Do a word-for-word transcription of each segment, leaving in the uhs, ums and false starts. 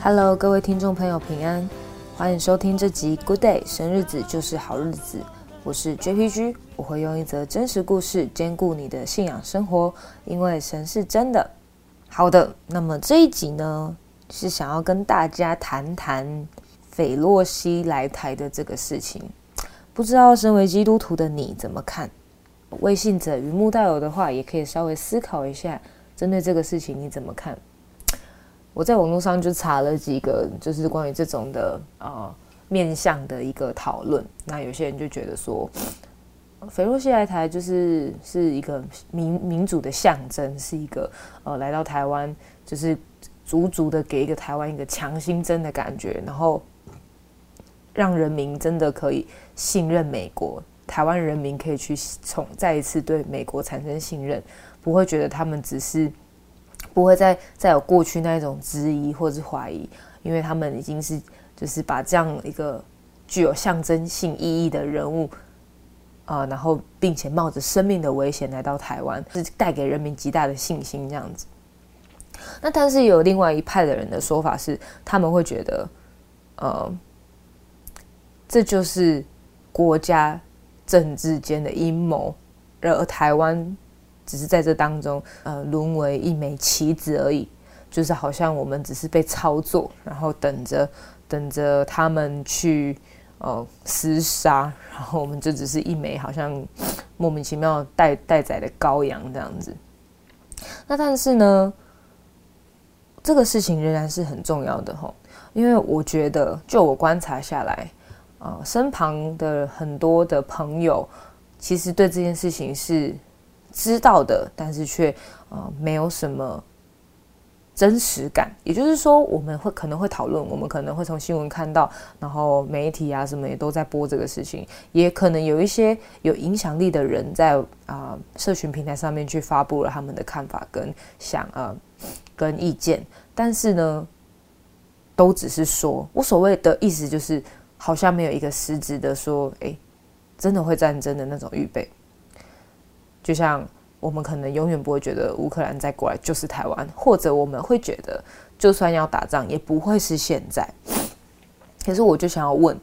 Hello， 各位听众朋友平安，欢迎收听这集 Good Day， 神日子就是好日子。我是 J P G， 我会用一则真实故事兼顾你的信仰生活，因为神是真的。好的，那么这一集呢，是想要跟大家谈谈斐洛西来台的这个事情。不知道身为基督徒的你怎么看？未信者与慕道友的话，也可以稍微思考一下，针对这个事情你怎么看？我在网络上就查了几个，就是关于这种的呃面向的一个讨论。那有些人就觉得说，斐洛西来台就是是一个民民主的象征，是一个呃来到台湾就是足足的给一个台湾一个强心针的感觉，然后让人民真的可以信任美国，台湾人民可以去重再一次对美国产生信任，不会觉得他们只是。不会再再有过去那种质疑或是怀疑，因为他们已经是就是把这样一个具有象征性意义的人物，呃，然后并且冒着生命的危险来到台湾，是带给人民极大的信心这样子。那但是有另外一派的人的说法是，他们会觉得，呃，这就是国家政治间的阴谋，而台湾。只是在这当中，呃，沦为一枚棋子而已，就是好像我们只是被操作，然后等着等着他们去呃厮杀，然后我们就只是一枚好像莫名其妙待待宰的羔羊这样子。那但是呢，这个事情仍然是很重要的吼，因为我觉得，就我观察下来，呃，身旁的很多的朋友，其实对这件事情是。知道的，但是却呃没有什么真实感。也就是说，我们会可能会讨论，我们可能会从新闻看到，然后媒体啊什么也都在播这个事情，也可能有一些有影响力的人在啊、呃、社群平台上面去发布了他们的看法跟想呃跟意见，但是呢，都只是说，我所谓的意思就是，好像没有一个实质的说，哎，真的会战争的那种预备。就像我们可能永远不会觉得乌克兰再过来就是台湾，或者我们会觉得就算要打仗也不会是现在。可是我就想要问，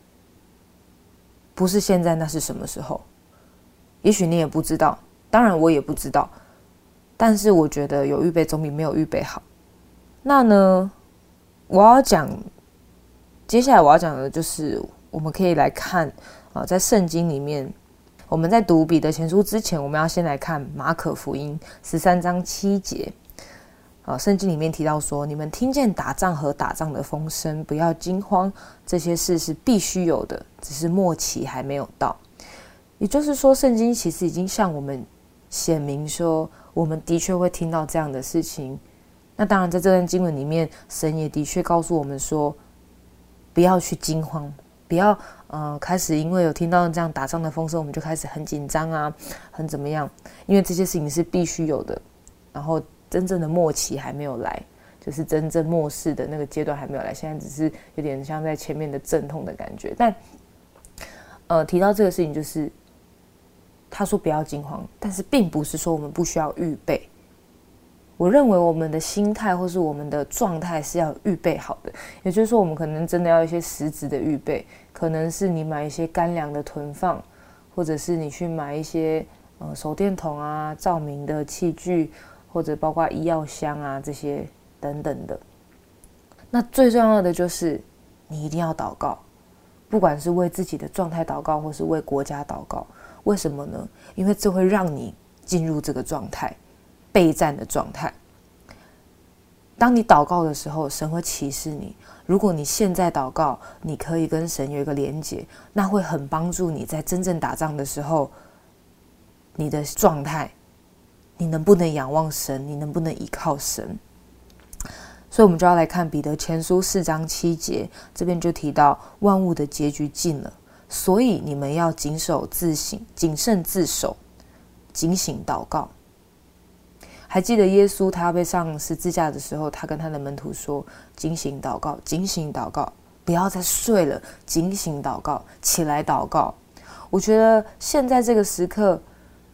不是现在那是什么时候？也许你也不知道，当然我也不知道，但是我觉得有预备总比没有预备好。那呢，我要讲接下来我要讲的就是我们可以来看啊，在圣经里面。我们在读彼得前书之前，我们要先来看马可福音十三章七节。啊，圣经里面提到说：“你们听见打仗和打仗的风声，不要惊慌，这些事是必须有的，只是末期还没有到。”也就是说，圣经其实已经向我们显明说，我们的确会听到这样的事情。那当然，在这段经文里面，神也的确告诉我们说，不要去惊慌。不要呃开始因为有听到这样打仗的风声，我们就开始很紧张啊，很怎么样？因为这些事情是必须有的，然后真正的末期还没有来，就是真正末世的那个阶段还没有来，现在只是有点像在前面的阵痛的感觉。但呃提到这个事情，就是他说不要惊慌，但是并不是说我们不需要预备。我认为我们的心态或是我们的状态是要预备好的，也就是说，我们可能真的要一些实质的预备，可能是你买一些干粮的囤放，或者是你去买一些呃手电筒啊、照明的器具，或者包括医药箱啊这些等等的。那最重要的就是你一定要祷告，不管是为自己的状态祷告，或是为国家祷告。为什么呢？因为这会让你进入这个状态。备战的状态。当你祷告的时候，神会启示你。如果你现在祷告，你可以跟神有一个连结，那会很帮助你在真正打仗的时候，你的状态，你能不能仰望神，你能不能依靠神。所以我们就要来看彼得前书四章七节，这边就提到万物的结局近了，所以你们要谨守自省，谨慎自守，警醒祷告。还记得耶稣他要被上十字架的时候，他跟他的门徒说：警醒祷告，警醒祷告，不要再睡了，警醒祷告，起来祷告。我觉得现在这个时刻，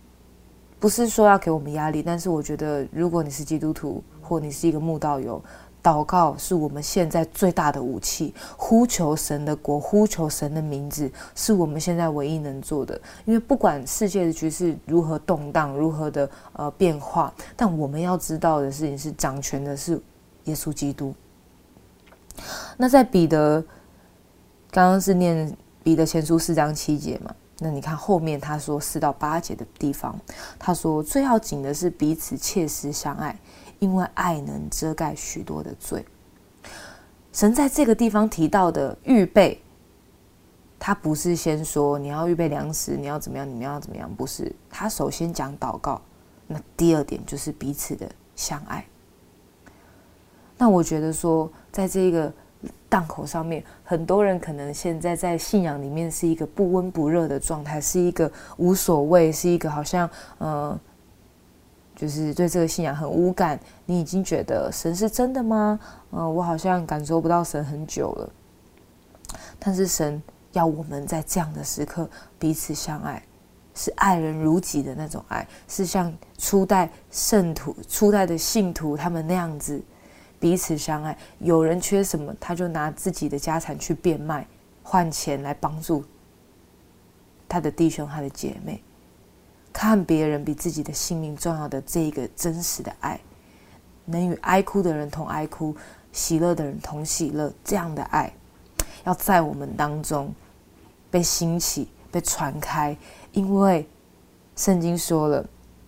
不是说要给我们压力，但是我觉得如果你是基督徒，或你是一个慕道友， 祷告是我们现在最大的武器，呼求神的国，呼求神的名字，是我们现在唯一能做的。因为不管世界的局势如何动荡，如何的呃变化，但我们要知道的事情是，掌权的是耶稣基督。那在彼得，刚刚是念彼得前书四章七节嘛？那你看后面他说四到八节的地方，他说最要紧的是彼此切实相爱，因为爱能遮盖许多的罪。神在这个地方提到的预备，他不是先说你要预备粮食，你要怎么样，你们要怎么样，不是。他首先讲祷告，那第二点就是彼此的相爱。那我觉得说，在这个档口上面，很多人可能现在在信仰里面是一个不温不热的状态，是一个无所谓，是一个好像呃，就是对这个信仰很无感。你已经觉得神是真的吗？呃，我好像感受不到神很久了。但是神要我们在这样的时刻彼此相爱，是爱人如己的那种爱，是像初代圣徒、初代的信徒他们那样子。彼此相爱，有人缺什么，他就拿自己的家产去变卖，换钱来帮助他的弟兄、他的姐妹。看别人比自己的性命重要的这一个真实的爱，能与哀哭的人同哀哭，喜乐的人同喜乐，这样的爱，要在我们当中被兴起、被传开。因为圣经说了，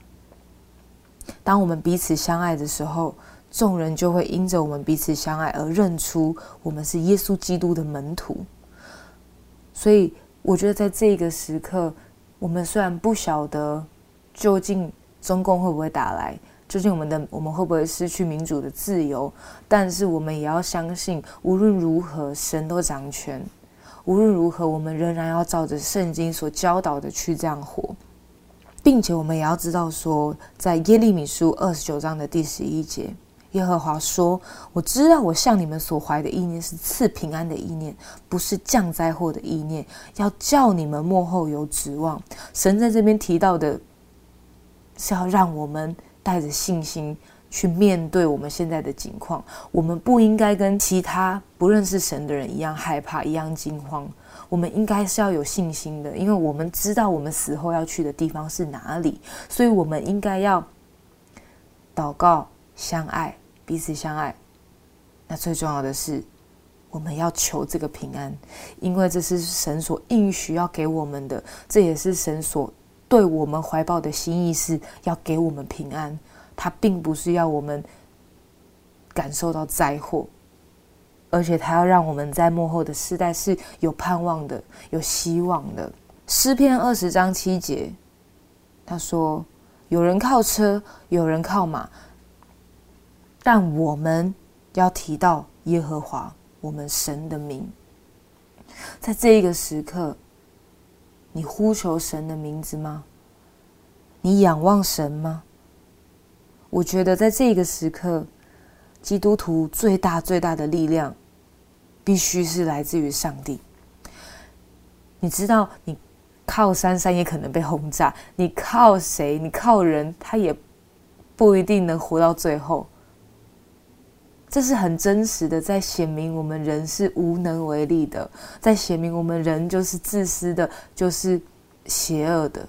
当我们彼此相爱的时候，众人就会因着我们彼此相爱而认出我们是耶稣基督的门徒。所以我觉得在这个时刻，我们虽然不晓得究竟中共会不会打来，究竟我们的我们会不会失去民主的自由，但是我们也要相信，无论如何神都掌权，无论如何我们仍然要照着圣经所教导的去这样活。并且我们也要知道说，在耶利米书二十九章的第十一节，耶和华说，我知道我向你们所怀的意念是赐平安的意念，不是降灾祸的意念，要叫你们末后有指望。神在这边提到的是要让我们带着信心去面对我们现在的境况。我们不应该跟其他不认识神的人一样害怕，一样惊慌。我们应该是要有信心的，因为我们知道我们死后要去的地方是哪里，所以我们应该要祷告、相爱，彼此相爱。那最重要的是，我们要求这个平安，因为这是神所应许要给我们的，这也是神所对我们怀抱的心意，是要给我们平安。他并不是要我们感受到灾祸，而且他要让我们在末后的世代是有盼望的，有希望的。诗篇二十章七节，他说，有人靠车，有人靠马，但我们要提到耶和华我们神的名。在这一个时刻，你呼求神的名字吗？你仰望神吗？我觉得在这个时刻，基督徒最大最大的力量必须是来自于上帝。你知道，你靠山，山也可能被轰炸，你靠谁，你靠人，他也不一定能活到最后。这是很真实的，在显明我们人是无能为力的，在显明我们人就是自私的，就是邪恶的。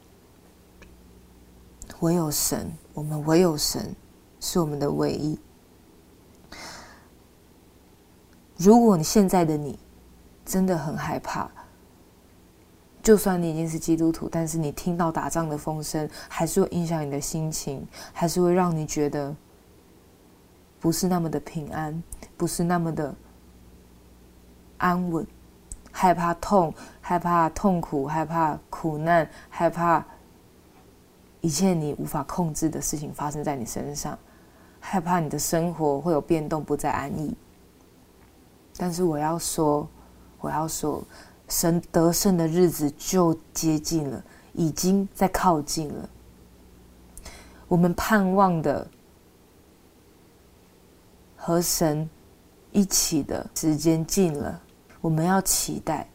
唯有神，我们唯有神是我们的唯一。如果你现在的你真的很害怕，就算你已经是基督徒，但是你听到打仗的风声，还是会影响你的心情，还是会让你觉得不是那么的平安，不是那么的安稳，害怕痛，害怕痛苦，害怕苦难，害怕一切你无法控制的事情发生在你身上，害怕你的生活会有变动，不再安逸。但是我要说，我要说，神得胜的日子就接近了，已经在靠近了。我们盼望的和神一起的时间近了，我们要期待。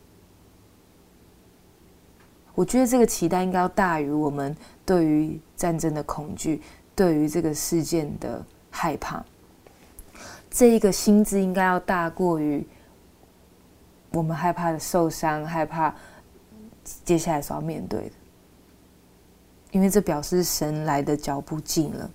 我觉得这个期待应该要大于我们对于战争的恐惧，对于这个事件的害怕。 这一个心智应该要大过于我们害怕的受伤，害怕接下来所要面对的，因为这表示神来的脚步近了。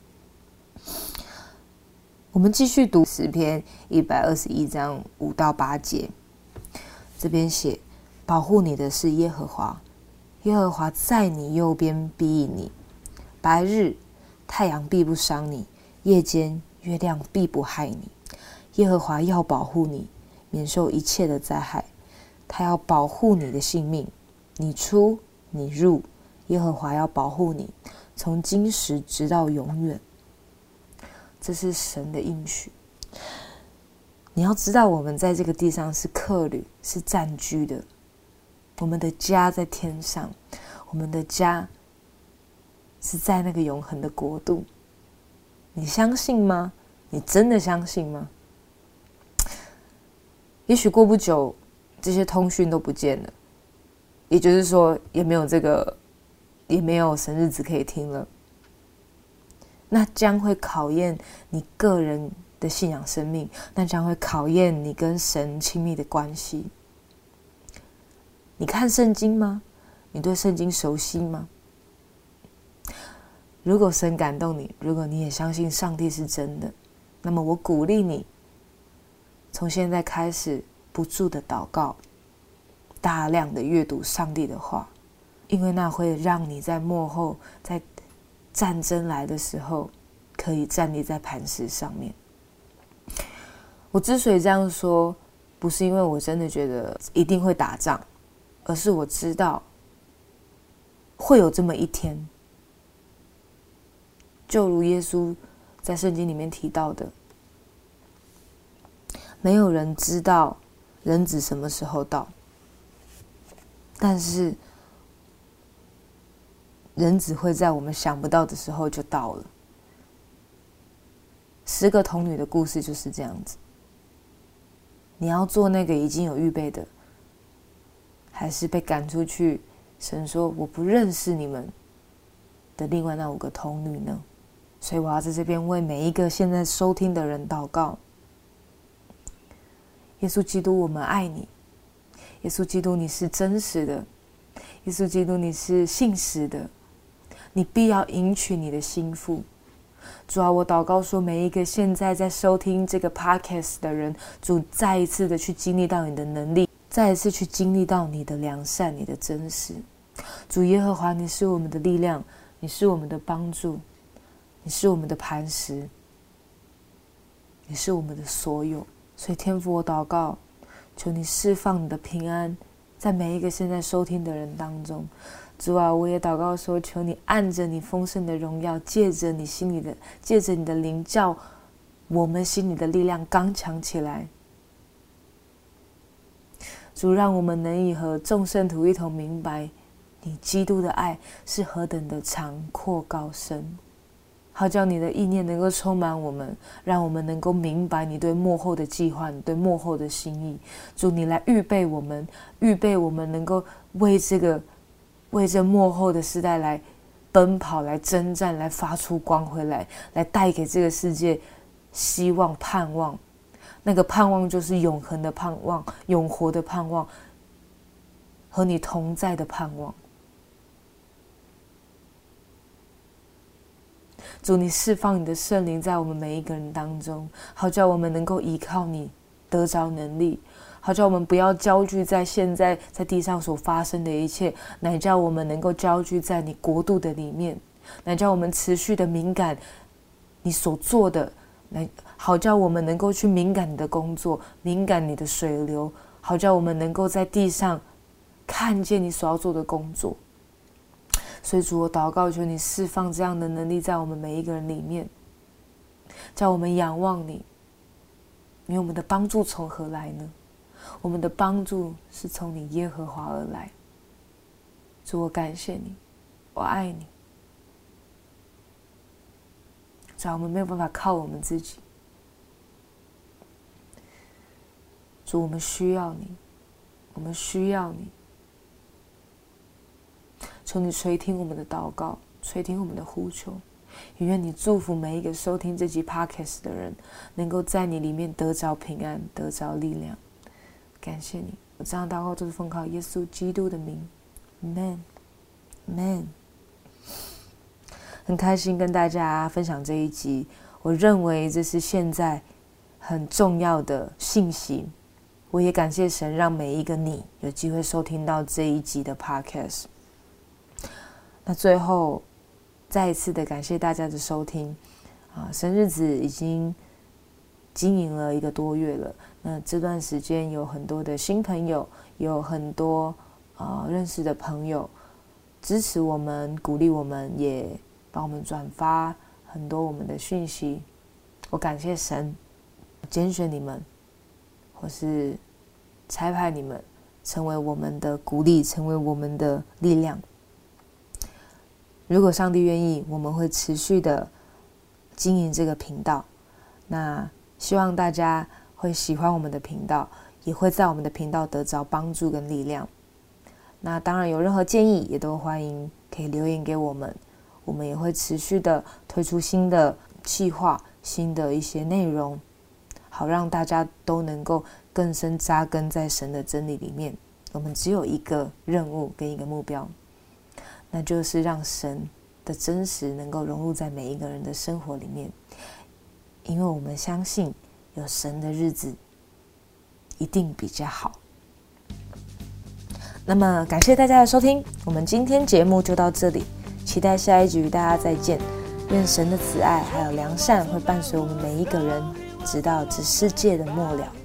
我们继续读诗篇一百二十一章五到八节，这边写：保护你的是耶和华，耶和华在你右边庇荫你，白日太阳必不伤你，夜间月亮必不害你。耶和华要保护你，免受一切的灾害，他要保护你的性命，你出你入，耶和华要保护你，从今时直到永远。这是神的应许。你要知道，我们在这个地上是客旅，是暂居的。我们的家在天上，我们的家是在那个永恒的国度。你相信吗？你真的相信吗？也许过不久，这些通讯都不见了，也就是说，也没有这个，也没有神日子可以听了。那将会考验你个人的信仰生命，那将会考验你跟神亲密的关系。你看圣经吗？你对圣经熟悉吗？如果神感动你，如果你也相信上帝是真的，那么我鼓励你，从现在开始不住的祷告，大量的阅读上帝的话，因为那会让你在末后，在战争来的时候，可以站立在磐石上面。我之所以这样说，不是因为我真的觉得一定会打仗，而是我知道会有这么一天，就如耶稣在圣经里面提到的，没有人知道人子什么时候到，但是人子会在我们想不到的时候就到了。十个童女的故事就是这样子。你要做那个已经有预备的，还是被赶出去，神说我不认识你们的另外那五个童女呢？所以我要在这边为每一个现在收听的人祷告。耶稣基督，我们爱你。耶稣基督，你是真实的。耶稣基督，你是信实的。你必要迎娶你的心腹。主啊，我祷告说，每一个现在在收听这个 podcast 的人，主再一次的去经历到你的能力，再一次去经历到你的良善，你的真实。主耶和华，你是我们的力量，你是我们的帮助，你是我们的磐石，你是我们的所有。所以天父，我祷告，求你释放你的平安在每一个现在收听的人当中。主啊，我也祷告说，求你按着你丰盛的荣耀，借着你心里的，借着你的灵，叫我们心里的力量刚强起来。主，让我们能以和众圣徒一同明白，你基督的爱是何等的长阔高深，好叫你的意念能够充满我们，让我们能够明白你对末后的计划，你对末后的心意。主，你来预备我们，预备我们能够为这个为这末后的时代来奔跑，来征战，来发出光辉来，来带给这个世界希望盼望。那个盼望就是永恒的盼望，永活的盼望，和你同在的盼望。主，你释放你的圣灵在我们每一个人当中，好叫我们能够依靠你，得着能力，好叫我们不要焦聚在现在在地上所发生的一切，乃叫我们能够焦聚在你国度的里面，乃叫我们持续的敏感你所做的，乃好叫我们能够去敏感你的工作，敏感你的水流，好叫我们能够在地上看见你所要做的工作。所以主，我祷告，求你释放这样的能力在我们每一个人里面，叫我们仰望你。因为我们的帮助从何来呢？我们的帮助是从你耶和华而来。主，我感谢你，我爱你。主啊，我们没有办法靠我们自己。主，我们需要你，我们需要你。求你垂听我们的祷告，垂听我们的呼求， 也愿你祝福每一个收听这集 podcast 的人，能够在你里面得着平安，得着力量。感谢你，我这样祷告就是奉靠耶稣基督的名 Amen Amen。 很开心跟大家分享这一集，我认为这是现在很重要的信息。我也感谢神让每一个你有机会收听到这一集的 podcast。 那最后再一次的感谢大家的收听啊！神日子已经经营了一个多月了，那这段时间有很多的新朋友，有很多呃认识的朋友支持我们，鼓励我们，也帮我们转发很多我们的讯息。我感谢神拣选你们，或是差派你们成为我们的鼓励，成为我们的力量。如果上帝愿意，我们会持续的经营这个频道。那希望大家会喜欢我们的频道，也会在我们的频道得着帮助跟力量。那当然有任何建议也都欢迎可以留言给我们，我们也会持续的推出新的计划，新的一些内容，好让大家都能够更深扎根在神的真理里面。我们只有一个任务跟一个目标，那就是让神的真实能够融入在每一个人的生活里面。因为我们相信有神的日子一定比较好。那么感谢大家的收听，我们今天节目就到这里，期待下一集与大家再见。愿神的慈爱还有良善会伴随我们每一个人，直到这世界的末了。